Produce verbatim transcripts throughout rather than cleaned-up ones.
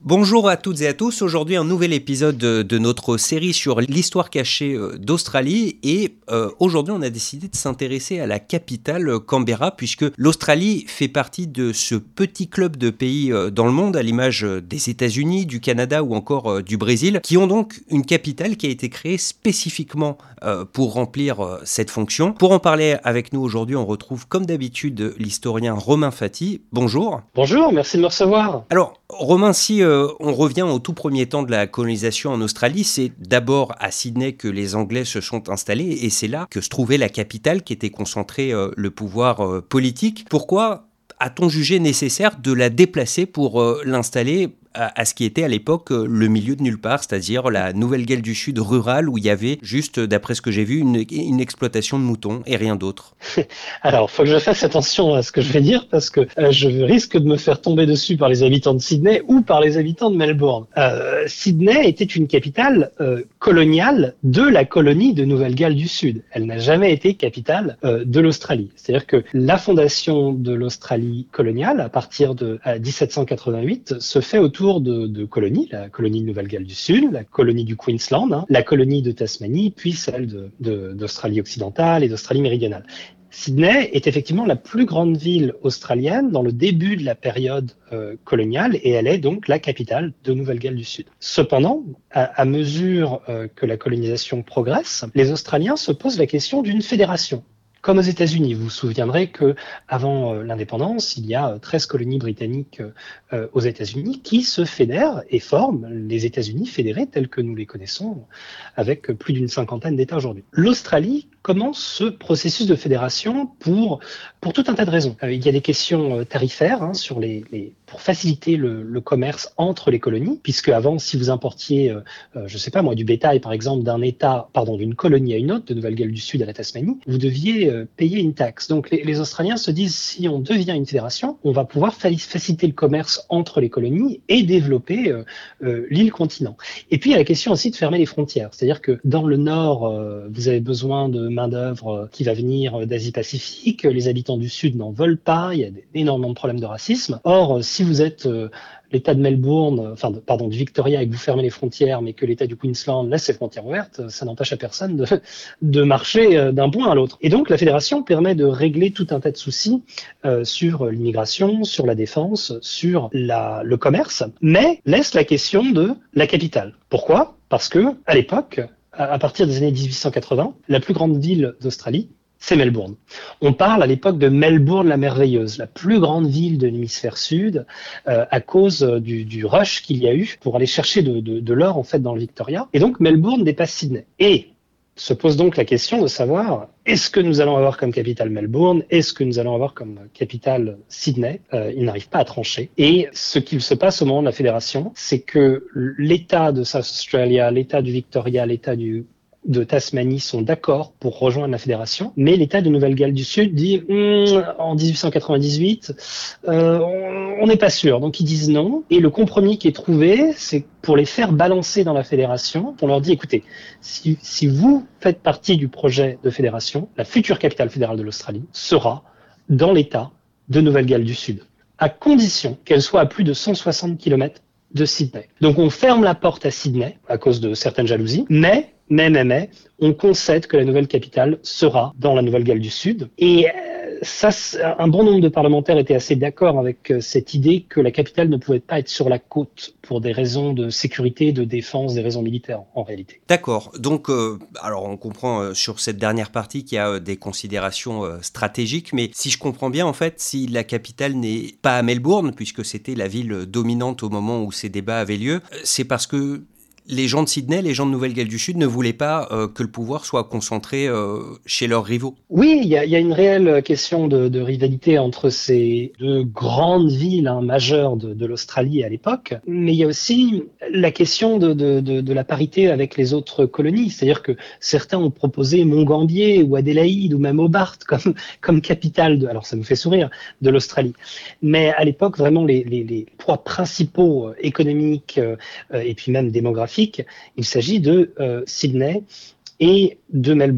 Bonjour à toutes et à tous, aujourd'hui un nouvel épisode de, de notre série sur l'histoire cachée d'Australie et euh, aujourd'hui on a décidé de s'intéresser à la capitale Canberra puisque l'Australie fait partie de ce petit club de pays dans le monde à l'image des États-Unis, du Canada ou encore euh, du Brésil qui ont donc une capitale qui a été créée spécifiquement euh, pour remplir euh, cette fonction. Pour en parler avec nous aujourd'hui on retrouve comme d'habitude l'historien Romain Fati. Bonjour. Bonjour, merci de me recevoir. Alors Romain, si euh, on revient au tout premier temps de la colonisation en Australie, c'est d'abord à Sydney que les Anglais se sont installés et c'est là que se trouvait la capitale qui était concentrée euh, le pouvoir euh, politique. Pourquoi a-t-on jugé nécessaire de la déplacer pour euh, l'installer à, à ce qui était à l'époque euh, le milieu de nulle part, c'est-à-dire la Nouvelle-Galles du Sud rurale où il y avait juste, d'après ce que j'ai vu, une, une exploitation de moutons et rien d'autre? Alors, il faut que je fasse attention à ce que je vais dire parce que euh, je risque de me faire tomber dessus par les habitants de Sydney ou par les habitants de Melbourne. Euh, Sydney était une capitale euh, coloniale de la colonie de Nouvelle-Galles du Sud. Elle n'a jamais été capitale euh, de l'Australie. C'est-à-dire que la fondation de l'Australie coloniale, à partir de euh, dix-sept cent quatre-vingt-huit, se fait autour de, de colonies, la colonie de Nouvelle-Galles du Sud, la colonie du Queensland, hein, la colonie de Tasmanie, puis celle de, de, d'Australie occidentale et d'Australie méridionale. Sydney est effectivement la plus grande ville australienne dans le début de la période euh, coloniale et elle est donc la capitale de Nouvelle-Galles du Sud. Cependant, à, à mesure euh, que la colonisation progresse, les Australiens se posent la question d'une fédération. Comme aux États-Unis, vous vous souviendrez que avant euh, l'indépendance, il y a treize colonies britanniques euh, aux États-Unis qui se fédèrent et forment les États-Unis fédérés tels que nous les connaissons, avec plus d'une cinquantaine d'États aujourd'hui. L'Australie commence ce processus de fédération pour pour tout un tas de raisons. Euh, il y a des questions tarifaires hein, sur les, les pour faciliter le, le commerce entre les colonies, puisque avant, si vous importiez, euh, euh, je sais pas moi, du bétail par exemple d'un État, pardon, d'une colonie à une autre, de Nouvelle-Galles du Sud à la Tasmanie, vous deviez euh, payer une taxe. Donc les, les Australiens se disent si on devient une fédération, on va pouvoir fa- faciliter le commerce entre les colonies et développer euh, euh, l'île continent. Et puis il y a la question aussi de fermer les frontières, c'est-à-dire que dans le nord, euh, vous avez besoin de main-d'œuvre qui va venir d'Asie-Pacifique, les habitants du Sud n'en veulent pas, il y a énormément de problèmes de racisme. Or, si vous êtes euh, l'État de Melbourne, enfin, de, pardon, du Victoria et que vous fermez les frontières, mais que l'État du Queensland laisse ses frontières ouvertes, ça n'empêche à personne de, de marcher d'un point à l'autre. Et donc, la fédération permet de régler tout un tas de soucis euh, sur l'immigration, sur la défense, sur la, le commerce, mais laisse la question de la capitale. Pourquoi ? Parce que, à l'époque, à partir des années dix-huit cent quatre-vingts, la plus grande ville d'Australie, c'est Melbourne. On parle à l'époque de Melbourne la merveilleuse, la plus grande ville de l'hémisphère sud, euh, à cause du, du rush qu'il y a eu pour aller chercher de, de, de l'or en fait dans le Victoria. Et donc Melbourne dépasse Sydney. Et se pose donc la question de savoir est-ce que nous allons avoir comme capitale Melbourne, est-ce que nous allons avoir comme capitale Sydney. euh, Ils n'arrivent pas à trancher. Et ce qu'il se passe au moment de la fédération, c'est que l'État de South Australia, l'État du Victoria, l'État du de Tasmanie sont d'accord pour rejoindre la fédération, mais l'État de Nouvelle-Galles du Sud dit hm, en dix-huit cent quatre-vingt-dix-huit, euh, on n'est pas sûr, donc ils disent non. Et le compromis qui est trouvé, c'est pour les faire balancer dans la fédération. On leur dit écoutez, si, si vous faites partie du projet de fédération, la future capitale fédérale de l'Australie sera dans l'État de Nouvelle-Galles du Sud, à condition qu'elle soit à plus de cent soixante kilomètres de Sydney. Donc on ferme la porte à Sydney à cause de certaines jalousies, mais Mais, mais, mais, on concède que la nouvelle capitale sera dans la Nouvelle-Galles du Sud. Et ça, un bon nombre de parlementaires étaient assez d'accord avec cette idée que la capitale ne pouvait pas être sur la côte pour des raisons de sécurité, de défense, des raisons militaires en réalité. D'accord. Donc, euh, alors on comprend euh, sur cette dernière partie qu'il y a euh, des considérations euh, stratégiques, mais si je comprends bien, en fait, si la capitale n'est pas à Melbourne, puisque c'était la ville dominante au moment où ces débats avaient lieu, c'est parce que les gens de Sydney, les gens de Nouvelle-Galles du Sud ne voulaient pas euh, que le pouvoir soit concentré euh, chez leurs rivaux. Oui, il y a, y a une réelle question de, de rivalité entre ces deux grandes villes hein, majeures de, de l'Australie à l'époque, mais il y a aussi la question de, de, de, de la parité avec les autres colonies. C'est-à-dire que certains ont proposé Mont-Gambier ou Adélaïde ou même Hobart comme, comme capitale, de, alors ça nous fait sourire, de l'Australie. Mais à l'époque, vraiment, les, les, les poids principaux euh, économiques euh, et puis même démographiques, il s'agit de euh, Sydney et de Melbourne.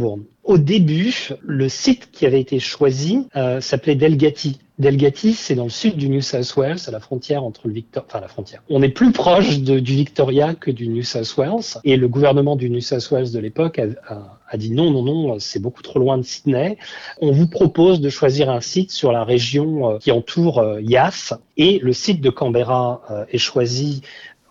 Au début, le site qui avait été choisi euh, s'appelait Delgatti. Delgatti, c'est dans le sud du New South Wales, à la frontière entre le Victoria, enfin la frontière. On est plus proche de, du Victoria que du New South Wales, et le gouvernement du New South Wales de l'époque a, a, a dit non, non, non, c'est beaucoup trop loin de Sydney. On vous propose de choisir un site sur la région euh, qui entoure euh, Yass, et le site de Canberra euh, est choisi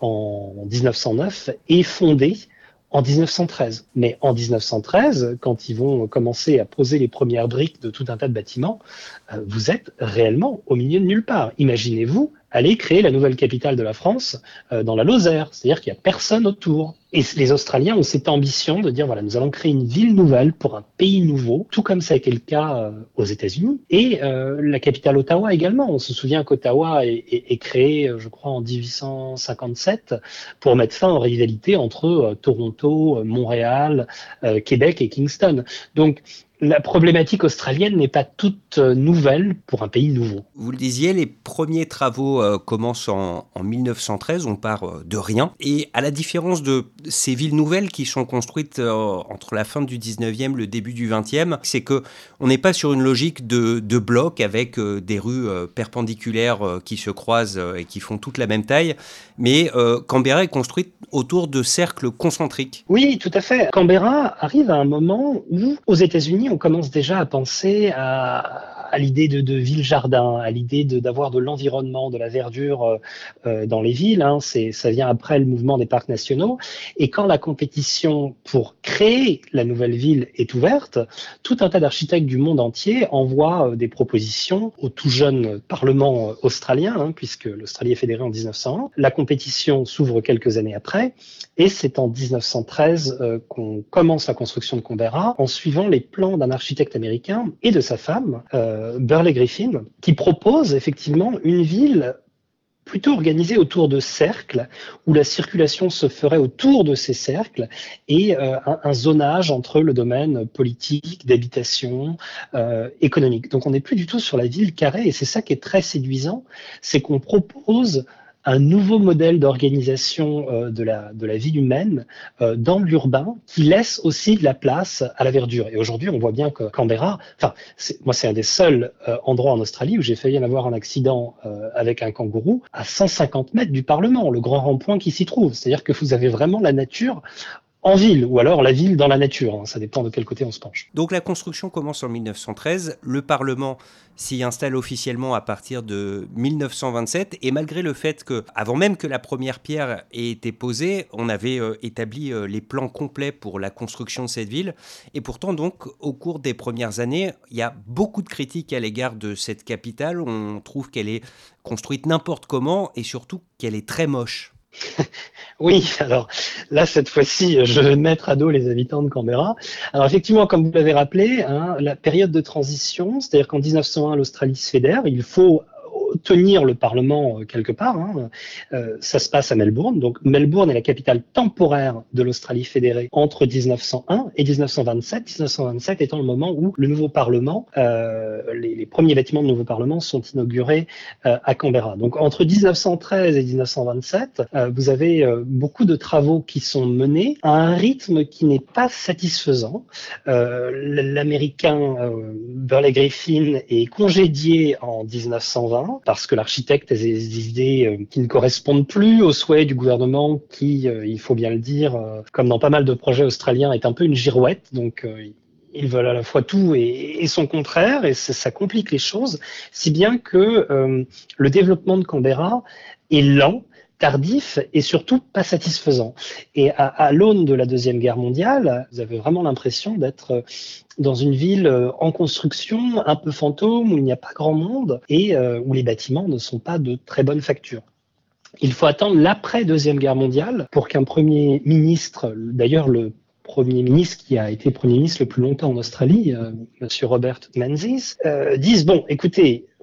en dix-neuf cent neuf et fondé en dix-neuf cent treize. Mais en dix-neuf cent treize, quand ils vont commencer à poser les premières briques de tout un tas de bâtiments, euh, vous êtes réellement au milieu de nulle part. Imaginez-vous aller créer la nouvelle capitale de la France euh, dans la Lozère, c'est-à-dire qu'il n'y a personne autour. Et les Australiens ont cette ambition de dire, voilà, nous allons créer une ville nouvelle pour un pays nouveau, tout comme ça a été le cas euh, aux États-Unis. Et euh, la capitale Ottawa également. On se souvient qu'Ottawa est, est, est créée, je crois, en dix-huit cent cinquante-sept pour mettre fin aux rivalités entre euh, Toronto, Montréal, euh, Québec et Kingston. Donc, la problématique australienne n'est pas toute nouvelle pour un pays nouveau. Vous le disiez, les premiers travaux euh, commencent en, en dix-neuf cent treize, on part euh, de rien. Et à la différence de ces villes nouvelles qui sont construites euh, entre la fin du dix-neuvième, le début du vingtième, c'est qu'on n'est pas sur une logique de, de blocs avec euh, des rues euh, perpendiculaires euh, qui se croisent euh, et qui font toute la même taille, mais euh, Canberra est construite autour de cercles concentriques. Oui, tout à fait. Canberra arrive à un moment où, aux États-Unis, on commence déjà à penser à, à l'idée de, de ville-jardin, à l'idée de, d'avoir de l'environnement, de la verdure euh, dans les villes. Hein. C'est, ça vient après le mouvement des parcs nationaux. Et quand la compétition pour créer la nouvelle ville est ouverte, tout un tas d'architectes du monde entier envoient des propositions au tout jeune Parlement australien, hein, puisque l'Australie est fédérée en dix-neuf cent un. La compétition s'ouvre quelques années après, et c'est en dix-neuf cent treize euh, qu'on commence la construction de Canberra en suivant les plans d'un architecte américain et de sa femme, euh, Burley Griffin, qui propose effectivement une ville plutôt organisée autour de cercles, où la circulation se ferait autour de ces cercles, et euh, un, un zonage entre le domaine politique, d'habitation, euh, économique. Donc on n'est plus du tout sur la ville carrée, et c'est ça qui est très séduisant, c'est qu'on propose un nouveau modèle d'organisation euh, de la de la vie humaine euh, dans l'urbain qui laisse aussi de la place à la verdure. Et aujourd'hui, on voit bien que Canberra, enfin, c'est, moi, c'est un des seuls euh, endroits en Australie où j'ai failli en avoir un accident euh, avec un kangourou à cent cinquante mètres du Parlement, le grand rond-point qui s'y trouve. C'est-à-dire que vous avez vraiment la nature en ville, ou alors la ville dans la nature, hein, ça dépend de quel côté on se penche. Donc la construction commence en dix-neuf cent treize, le Parlement s'y installe officiellement à partir de dix-neuf cent vingt-sept, et malgré le fait que, avant même que la première pierre ait été posée, on avait euh, établi euh, les plans complets pour la construction de cette ville, et pourtant donc, au cours des premières années, il y a beaucoup de critiques à l'égard de cette capitale, on trouve qu'elle est construite n'importe comment, et surtout qu'elle est très moche. Oui, alors là, cette fois-ci, je vais mettre à dos les habitants de Canberra. Alors effectivement, comme vous l'avez rappelé, hein, la période de transition, c'est-à-dire qu'en dix-neuf cent un, l'Australie se fédère, il faut tenir le Parlement euh, quelque part. Hein. Euh, ça se passe à Melbourne. Donc Melbourne est la capitale temporaire de l'Australie fédérée entre dix-neuf cent un et dix-neuf cent vingt-sept. dix-neuf cent vingt-sept étant le moment où le nouveau Parlement, euh, les, les premiers bâtiments du nouveau Parlement sont inaugurés euh, à Canberra. Donc entre dix-neuf cent treize et dix-neuf cent vingt-sept, euh, vous avez euh, beaucoup de travaux qui sont menés à un rythme qui n'est pas satisfaisant. Euh, L'Américain euh, Burley Griffin est congédié en dix-neuf cent vingt parce que l'architecte a des idées euh, qui ne correspondent plus aux souhaits du gouvernement qui, euh, il faut bien le dire, euh, comme dans pas mal de projets australiens, est un peu une girouette. Donc, euh, ils veulent à la fois tout et, et son contraire, et ça, ça complique les choses, si bien que euh, le développement de Canberra est lent, tardif et surtout pas satisfaisant. Et à, à l'aune de la Deuxième Guerre mondiale, vous avez vraiment l'impression d'être dans une ville en construction, un peu fantôme, où il n'y a pas grand monde et euh, où les bâtiments ne sont pas de très bonne facture. Il faut attendre l'après-Deuxième Guerre mondiale pour qu'un Premier ministre, d'ailleurs le Premier ministre qui a été Premier ministre le plus longtemps en Australie, euh, Monsieur Robert Menzies, euh, dise, bon, écoutez,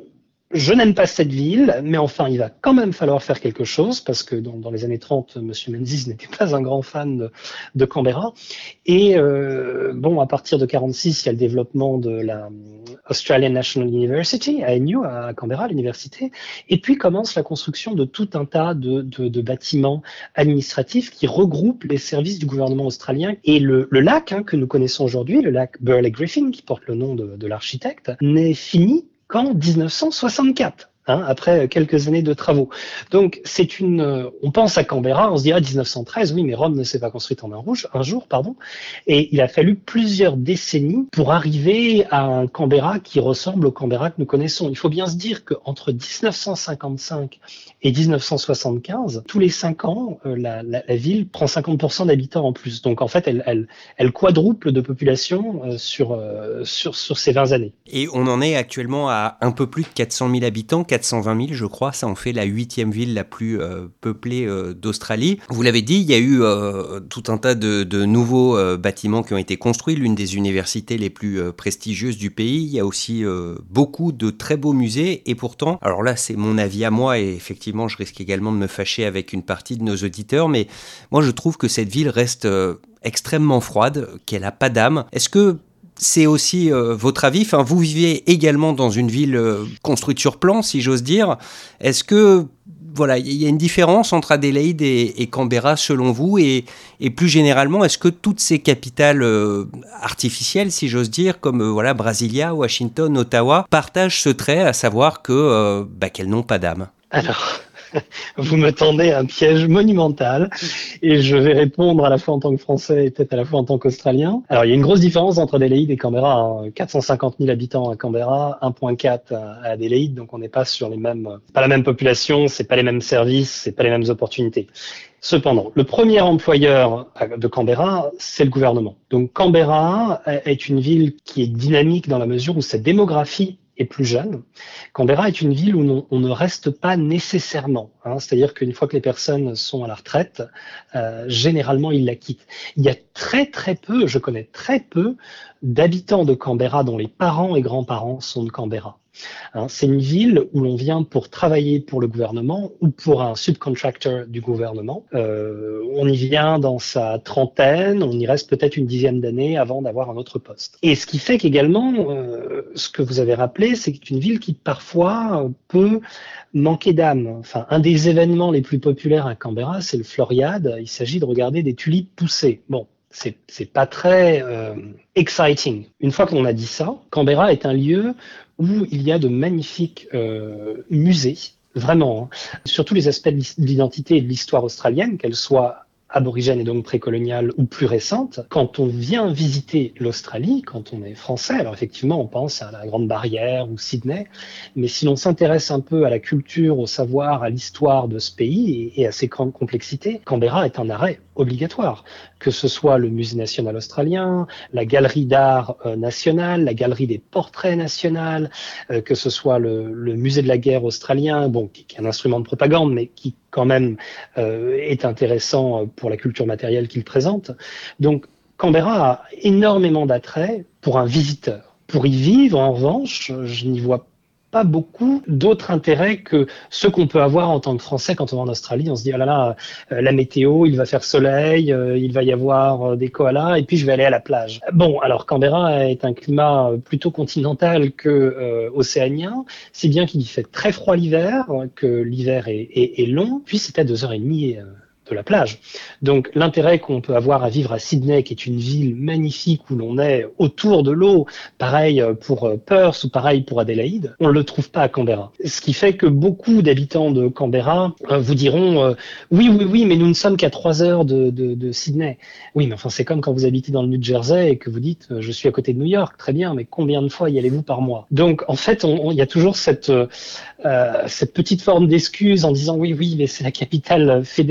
je n'aime pas cette ville, mais enfin, il va quand même falloir faire quelque chose parce que dans, dans les années trente, M. Menzies n'était pas un grand fan de, de Canberra. Et euh, bon, à partir de quarante-six, il y a le développement de la Australian National University, A N U, à Canberra, l'université. Et puis commence la construction de tout un tas de, de, de bâtiments administratifs qui regroupent les services du gouvernement australien. Et le, le lac hein, que nous connaissons aujourd'hui, le lac Burley Griffin, qui porte le nom de, de l'architecte, n'est fini qu'en dix-neuf cent soixante-quatre, hein, après quelques années de travaux. Donc, c'est une, euh, on pense à Canberra, on se dit ah dix-neuf cent treize, oui, mais Rome ne s'est pas construite en un, rouge, un jour, pardon. Et il a fallu plusieurs décennies pour arriver à un Canberra qui ressemble au Canberra que nous connaissons. Il faut bien se dire qu'entre dix-neuf cent cinquante-cinq et dix-neuf cent soixante-quinze, tous les cinq ans, euh, la, la, la ville prend cinquante pour cent d'habitants en plus. Donc, en fait, elle, elle, elle quadruple de population euh, sur, euh, sur, sur ces vingt années. Et on en est actuellement à un peu plus de quatre cent mille habitants, quatre cent vingt mille je crois, ça en fait la huitième ville la plus euh, peuplée euh, d'Australie. Vous l'avez dit, il y a eu euh, tout un tas de, de nouveaux euh, bâtiments qui ont été construits, l'une des universités les plus euh, prestigieuses du pays. Il y a aussi euh, beaucoup de très beaux musées et pourtant, alors là c'est mon avis à moi et effectivement je risque également de me fâcher avec une partie de nos auditeurs, mais moi je trouve que cette ville reste euh, extrêmement froide, qu'elle n'a pas d'âme. Est-ce que c'est aussi euh, votre avis? Enfin, vous vivez également dans une ville euh, construite sur plan, si j'ose dire. Est-ce que voilà, il y a une différence entre Adélaïde et, et Canberra selon vous, et, et plus généralement, est-ce que toutes ces capitales euh, artificielles, si j'ose dire, comme euh, voilà Brasilia, Washington, Ottawa, partagent ce trait, à savoir que euh, bah, qu'elles n'ont pas d'âme? Alors, vous me tendez un piège monumental et je vais répondre à la fois en tant que Français et peut-être à la fois en tant qu'Australien. Alors, il y a une grosse différence entre Adélaïde et Canberra. Hein. quatre cent cinquante mille habitants à Canberra, un virgule quatre à Adélaïde, donc on n'est pas sur les mêmes, pas la même population, c'est pas les mêmes services, c'est pas les mêmes opportunités. Cependant, le premier employeur de Canberra, c'est le gouvernement. Donc, Canberra est une ville qui est dynamique dans la mesure où sa démographie est plus jeune. Canberra est une ville où on, on ne reste pas nécessairement. Hein, c'est-à-dire qu'une fois que les personnes sont à la retraite, euh, généralement, ils la quittent. Il y a très très peu, je connais très peu d'habitants de Canberra dont les parents et grands-parents sont de Canberra. Hein, c'est une ville où l'on vient pour travailler pour le gouvernement ou pour un subcontractor du gouvernement. Euh, on y vient dans sa trentaine, on y reste peut-être une dizaine d'années avant d'avoir un autre poste. Et ce qui fait qu'également, euh, ce que vous avez rappelé, c'est que c'est une ville qui parfois peut manquer d'âme. Enfin, un des événements les plus populaires à Canberra, c'est le Floriade. Il s'agit de regarder des tulipes pousser. Bon. C'est, c'est pas très euh, exciting. Une fois qu'on a dit ça, Canberra est un lieu où il y a de magnifiques euh, musées, vraiment, hein, sur tous les aspects de l'identité et de l'histoire australienne, qu'elle soit aborigène et donc précoloniale ou plus récente. Quand on vient visiter l'Australie, quand on est français, alors effectivement on pense à la Grande Barrière ou Sydney, mais si l'on s'intéresse un peu à la culture, au savoir, à l'histoire de ce pays et, et à ses grandes complexités, Canberra est un arrêt obligatoire, que ce soit le Musée national australien, la Galerie d'art euh, nationale, la Galerie des portraits nationale, euh, que ce soit le, le Musée de la guerre australien, bon, qui, qui est un instrument de propagande, mais qui quand même euh, est intéressant pour la culture matérielle qu'il présente. Donc, Canberra a énormément d'attrait pour un visiteur. Pour y vivre, en revanche, je n'y vois pas beaucoup d'autres intérêts que ceux qu'on peut avoir en tant que Français quand on va en Australie. On se dit, ah là là, euh, la météo, il va faire soleil, euh, il va y avoir euh, des koalas, et puis je vais aller à la plage. Bon, alors Canberra est un climat plutôt continental que euh, océanien, si bien qu'il y fait très froid l'hiver, que l'hiver est, est, est long, puis c'est à deux heures et demie euh, de la plage. Donc l'intérêt qu'on peut avoir à vivre à Sydney, qui est une ville magnifique où l'on est autour de l'eau, pareil pour Perth ou pareil pour Adélaïde, on ne le trouve pas à Canberra. Ce qui fait que beaucoup d'habitants de Canberra euh, vous diront euh, oui, oui, oui, mais nous ne sommes qu'à trois heures de, de, de Sydney. Oui, mais enfin c'est comme quand vous habitez dans le New Jersey et que vous dites euh, je suis à côté de New York, très bien, mais combien de fois y allez-vous par mois? Donc en fait, il y a toujours cette, euh, cette petite forme d'excuse en disant oui, oui, mais c'est la capitale fédérale.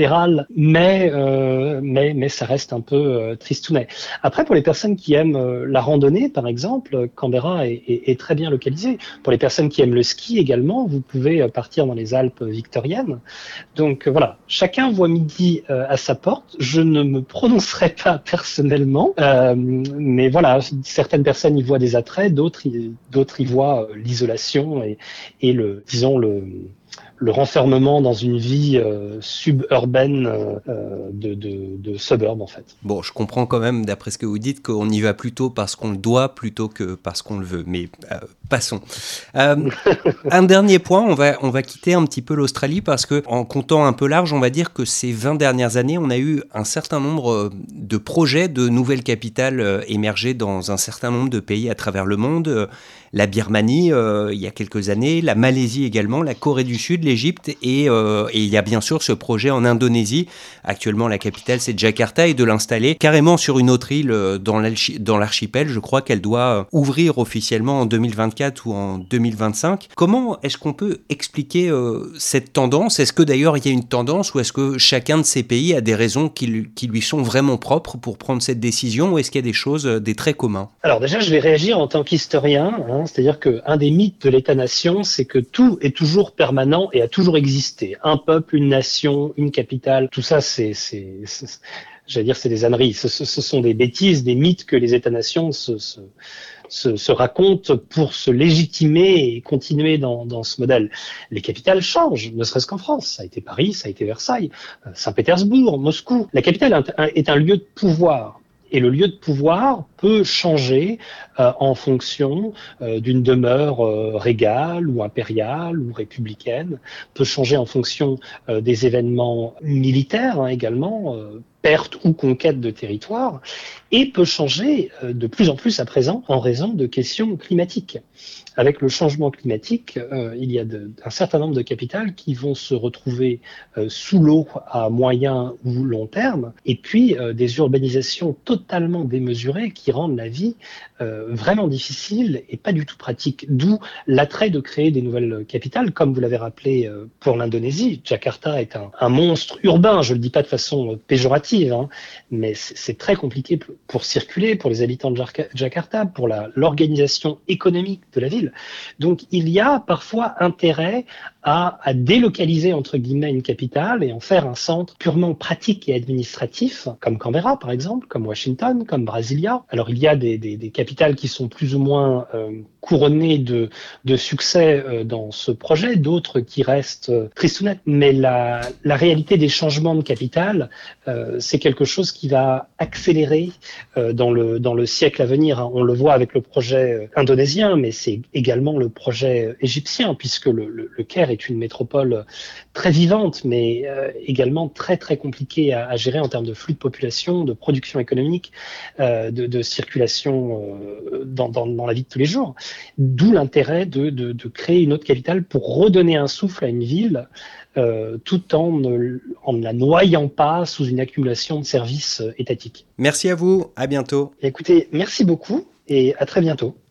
mais, euh, mais, mais ça reste un peu euh, tristounet. Après, pour les personnes qui aiment euh, la randonnée, par exemple, Canberra est, est, est très bien localisé. Pour les personnes qui aiment le ski également, vous pouvez partir dans les Alpes victoriennes. Donc euh, voilà, chacun voit midi euh, à sa porte. Je ne me prononcerai pas personnellement, euh, mais voilà, certaines personnes y voient des attraits, d'autres y, d'autres y voient euh, l'isolation et, et le, disons le le renfermement dans une vie euh, suburbaine euh, de, de, de suburb en fait. Bon, je comprends quand même, d'après ce que vous dites, qu'on y va plutôt parce qu'on le doit plutôt que parce qu'on le veut. Mais euh, passons. Euh, un dernier point, on va, on va quitter un petit peu l'Australie parce que, en comptant un peu large, on va dire que ces vingt dernières années, on a eu un certain nombre de projets de nouvelles capitales émerger dans un certain nombre de pays à travers le monde. La Birmanie, euh, il y a quelques années, la Malaisie également, la Corée du Sud, l'Égypte et, euh, et il y a bien sûr ce projet en Indonésie. Actuellement, la capitale, c'est Jakarta et de l'installer carrément sur une autre île dans, dans l'archipel. Je crois qu'elle doit ouvrir officiellement en deux mille vingt-quatre ou en deux mille vingt-cinq. Comment est-ce qu'on peut expliquer euh, cette tendance ? Est-ce que d'ailleurs il y a une tendance ou est-ce que chacun de ces pays a des raisons qui, qui lui sont vraiment propres pour prendre cette décision ou est-ce qu'il y a des choses, des traits communs ? Alors déjà, je vais réagir en tant qu'historien, hein. C'est-à-dire qu'un des mythes de l'État-nation, c'est que tout est toujours permanent et a toujours existé. Un peuple, une nation, une capitale, tout ça, c'est, c'est, c'est j'allais dire, c'est des âneries. Ce, ce, ce sont des bêtises, des mythes que les États-nations se, se, se, se racontent pour se légitimer et continuer dans, dans ce modèle. Les capitales changent, ne serait-ce qu'en France. Ça a été Paris, ça a été Versailles, Saint-Pétersbourg, Moscou. La capitale est un lieu de pouvoir. Et le lieu de pouvoir peut changer euh, en fonction euh, d'une demeure euh, régale ou impériale ou républicaine, peut changer en fonction euh, des événements militaires hein, également, euh, perte ou conquête de territoire, et peut changer euh, de plus en plus à présent en raison de questions climatiques. Avec le changement climatique, euh, il y a de, un certain nombre de capitales qui vont se retrouver euh, sous l'eau à moyen ou long terme, et puis euh, des urbanisations totalement démesurées qui rendent la vie euh, vraiment difficile et pas du tout pratique. D'où l'attrait de créer des nouvelles capitales, comme vous l'avez rappelé euh, pour l'Indonésie. Jakarta est un, un monstre urbain, je le dis pas de façon péjorative, hein, mais c'est, c'est très compliqué pour, pour circuler, pour les habitants de Jakarta, pour la, l'organisation économique de la ville. Donc, il y a parfois intérêt à, à délocaliser, entre guillemets, une capitale et en faire un centre purement pratique et administratif, comme Canberra, par exemple, comme Washington, comme Brasilia. Alors, il y a des, des, des capitales qui sont plus ou moins euh, couronnées de, de succès euh, dans ce projet, d'autres qui restent euh, tristounettes. Mais la, la réalité des changements de capitale, euh, c'est quelque chose qui va accélérer euh, dans, le, dans le siècle à venir. On le voit avec le projet indonésien, mais c'est également le projet égyptien, puisque le, le, le Caire est une métropole très vivante, mais euh, également très très compliquée à, à gérer en termes de flux de population, de production économique, euh, de, de circulation euh, dans, dans, dans la vie de tous les jours. D'où l'intérêt de, de, de créer une autre capitale pour redonner un souffle à une ville, euh, tout en ne, en ne la noyant pas sous une accumulation de services étatiques. Merci à vous, à bientôt. Écoutez, merci beaucoup et à très bientôt.